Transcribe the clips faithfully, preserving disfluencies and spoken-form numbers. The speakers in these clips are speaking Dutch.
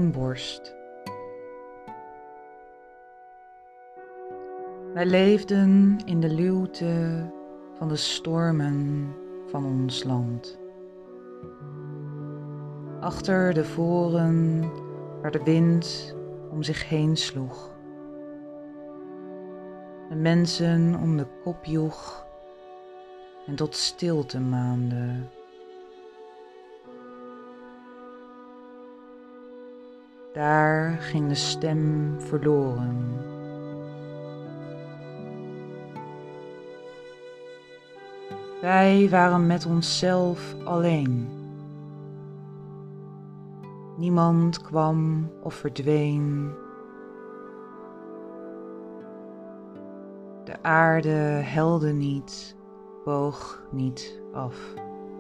en borst. Wij leefden in de luwte van de stormen van ons land. Achter de voren waar de wind om zich heen sloeg. De mensen om de kop joeg en tot stilte maande. Daar ging de stem verloren. Wij waren met onszelf alleen. Niemand kwam of verdween. De aarde helde niet, boog niet af.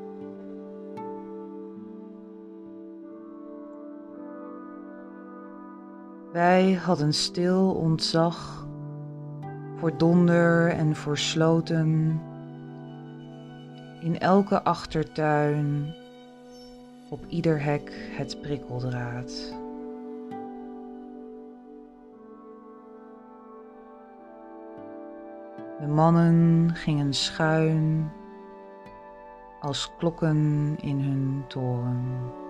Wij hadden stil ontzag voor donder en voor sloten, in elke achtertuin, op ieder hek het prikkeldraad. De mannen gingen schuin als klokken in hun toren.